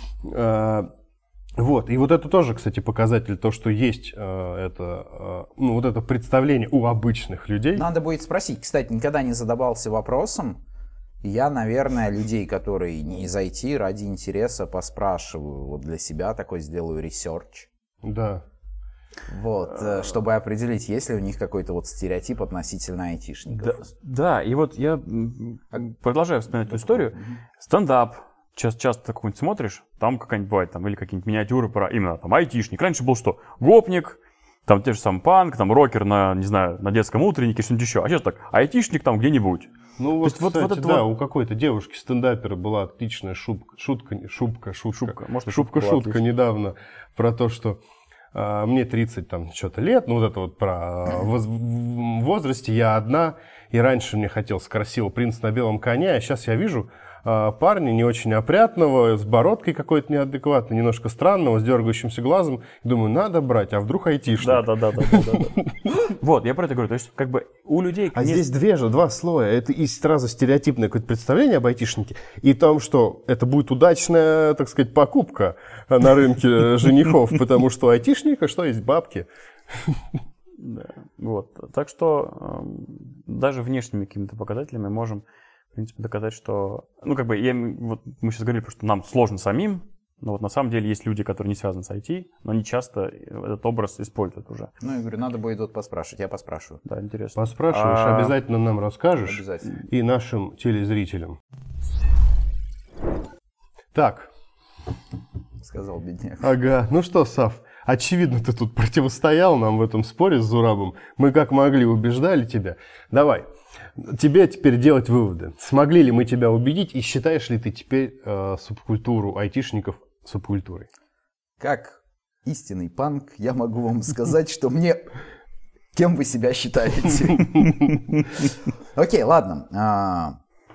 Вот, и вот это тоже, кстати, показатель, то, что есть э, это, э, ну, вот это представление у обычных людей. Надо будет спросить, кстати, никогда не задавался вопросом. Я, наверное, людей, которые не из ай ти, ради интереса поспрашиваю, вот для себя такой сделаю ресерч. Да. Вот, э, чтобы определить, есть ли у них какой-то вот стереотип относительно айтишников. Да, да, и вот я продолжаю вспоминать эту историю. Стендап. Сейчас часто какой-нибудь смотришь, там какая-нибудь бывает, там, или какие-нибудь миниатюры про именно там айтишник. Раньше был что? Гопник, там те же самые панк, там рокер на, не знаю, на детском утреннике, что-нибудь еще. А сейчас так, айтишник там где-нибудь. Ну вот, кстати, вот, вот да, вот... у какой-то девушки-стендапера была отличная шутка, шутка, шутка, шутка, шутка, может, шутка-шутка недавно про то, что а, мне тридцать там что-то лет, ну вот это вот про воз... в возрасте я одна, и раньше мне хотелось красивого принца на белом коне, а сейчас я вижу парня не очень опрятного, с бородкой какой-то неадекватной, немножко странного, с дергающимся глазом. Думаю, надо брать, а вдруг айтишник? Да, да, да, да, да. Вот, я про это говорю. То есть, как бы у людей... А здесь две же, два слоя. Это и сразу стереотипное какое-то представление об айтишнике, и том, что это будет удачная, так сказать, покупка на рынке женихов, потому что у айтишника что есть бабки. Да, вот. Так что даже внешними какими-то показателями можем в принципе, доказать, что... Ну, как бы, я, вот мы сейчас говорили, что нам сложно самим, но вот на самом деле есть люди, которые не связаны с ай ти, но они часто этот образ используют уже. Ну, я говорю, надо будет вот поспрашивать, я поспрашиваю. Да, интересно. Поспрашиваешь, а... обязательно нам расскажешь. Обязательно. И нашим телезрителям. Так. Сказал бедняк. Ага, ну что, Сав, очевидно, ты тут противостоял нам в этом споре с Зурабом. Мы как могли убеждали тебя. Давай. Тебе теперь делать выводы. Смогли ли мы тебя убедить, и считаешь ли ты теперь э, субкультуру айтишников субкультурой? Как истинный панк, я могу вам сказать, что мне... Кем вы себя считаете? Окей, ладно. А,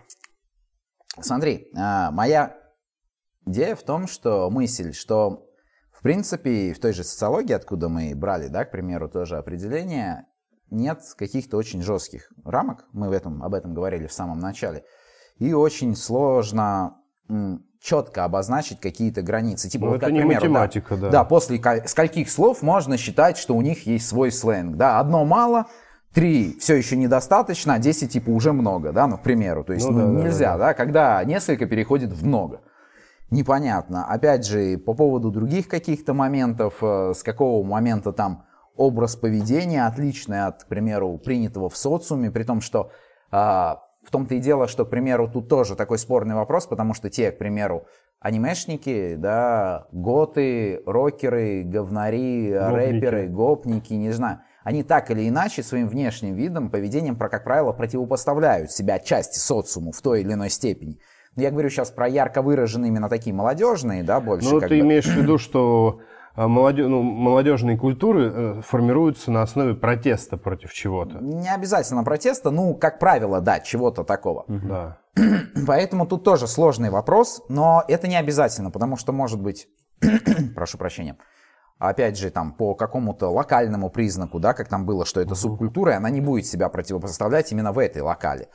смотри, а, моя идея в том, что мысль, что в принципе в той же социологии, откуда мы брали, да, к примеру, тоже определение, нет каких-то очень жестких рамок. Мы в этом, об этом говорили в самом начале. И очень сложно м, четко обозначить какие-то границы. Типа, ну, вот, это как, не примеру, математика, да. да. Да, после скольких слов можно считать, что у них есть свой сленг. Да, одно мало, три все еще недостаточно, а десять типа уже много, да, ну, к примеру. То есть ну, ну, да, нельзя, да, да. да, когда несколько переходит в много. Непонятно. Опять же, по поводу других каких-то моментов, с какого момента там образ поведения отличный от, к примеру, принятого в социуме, при том, что а, в том-то и дело, что, к примеру, тут тоже такой спорный вопрос, потому что те, к примеру, анимешники, да, готы, рокеры, говнари, гопники. рэперы, гопники, не знаю, они так или иначе своим внешним видом, поведением, как правило, противопоставляют себя части социуму в той или иной степени. Я говорю сейчас про ярко выраженные именно такие молодежные, да, больше. Ну, как ты бы... имеешь в виду, что молоде... ну, молодежные культуры формируются на основе протеста против чего-то? Не обязательно протеста, ну, как правило, да, чего-то такого. Да. Поэтому тут тоже сложный вопрос, но это не обязательно, потому что, может быть, прошу прощения, опять же, там, по какому-то локальному признаку, да, как там было, что это субкультура, и она не будет себя противопоставлять именно в этой локале.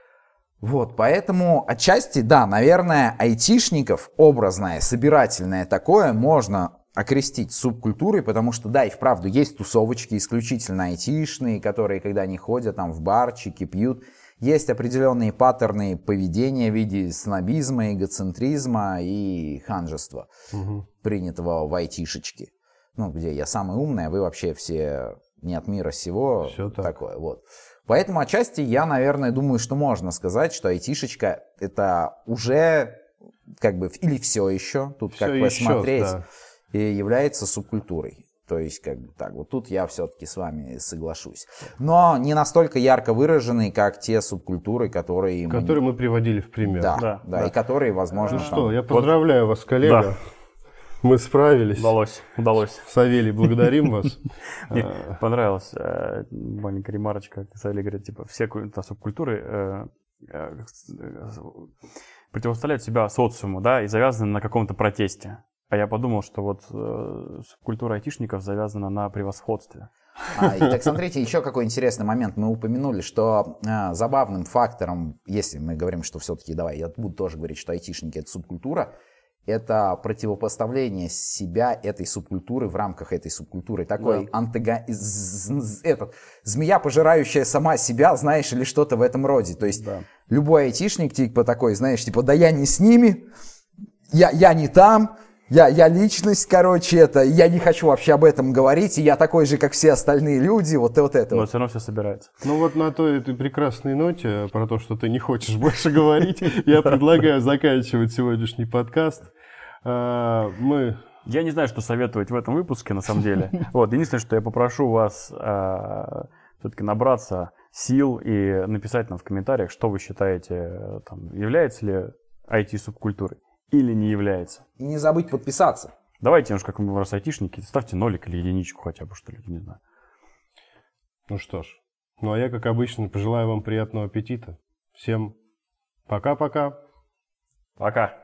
Вот, поэтому отчасти, да, наверное, айтишников, образное, собирательное такое, можно окрестить субкультурой, потому что, да, и вправду есть тусовочки исключительно айтишные, которые, когда они ходят там в барчики, пьют, есть определенные паттерны поведения в виде снобизма, эгоцентризма и ханжества, угу. принятого в айтишечке. Ну, где я самый умный, а вы вообще все не от мира сего. Все так. Такое, вот. Поэтому отчасти я, наверное, думаю, что можно сказать, что айтишечка это уже как бы или все еще, тут все как посмотреть, да. и является субкультурой. То есть как бы так, вот тут я все-таки с вами соглашусь. Но не настолько ярко выраженные, как те субкультуры, которые... Которые мы, мы приводили в пример. Да, да, да, да. И которые, возможно... Ну там... что, я поздравляю вот. вас, коллега. Да. Мы справились. Удалось, удалось. Савелий, благодарим вас. Мне понравилась маленькая ремарочка. Савелий говорит, типа, все субкультуры противоставляют себя социуму, да, и завязаны на каком-то протесте. А я подумал, что вот субкультура айтишников завязана на превосходстве. А, и так смотрите, еще какой интересный момент. Мы упомянули, что э, забавным фактором, если мы говорим, что все-таки, давай, я буду тоже говорить, что айтишники — это субкультура, это противопоставление себя этой субкультуры в рамках этой субкультуры. Такой да. антага... этот, змея, пожирающая сама себя, знаешь, или что-то в этом роде. То есть да. любой айтишник типа такой, знаешь, типа, да я не с ними, я, я не там, я, я личность, короче, это, я не хочу вообще об этом говорить, и я такой же, как все остальные люди, вот, и вот это. Но вот. все равно все собирается. Ну вот на той этой прекрасной ноте, про то, что ты не хочешь больше говорить, я предлагаю заканчивать сегодняшний подкаст. Мы... Я не знаю, что советовать в этом выпуске, на самом деле. Вот, единственное, что я попрошу вас все-таки набраться сил и написать нам в комментариях, что вы считаете, там, является ли ай ти-субкультурой или не является. И не забыть подписаться. Давайте, уж как мы раз айтишники, ставьте нолик или единичку хотя бы, что ли, не знаю. Ну что ж, ну а я, как обычно, пожелаю вам приятного аппетита. Всем пока-пока. Пока.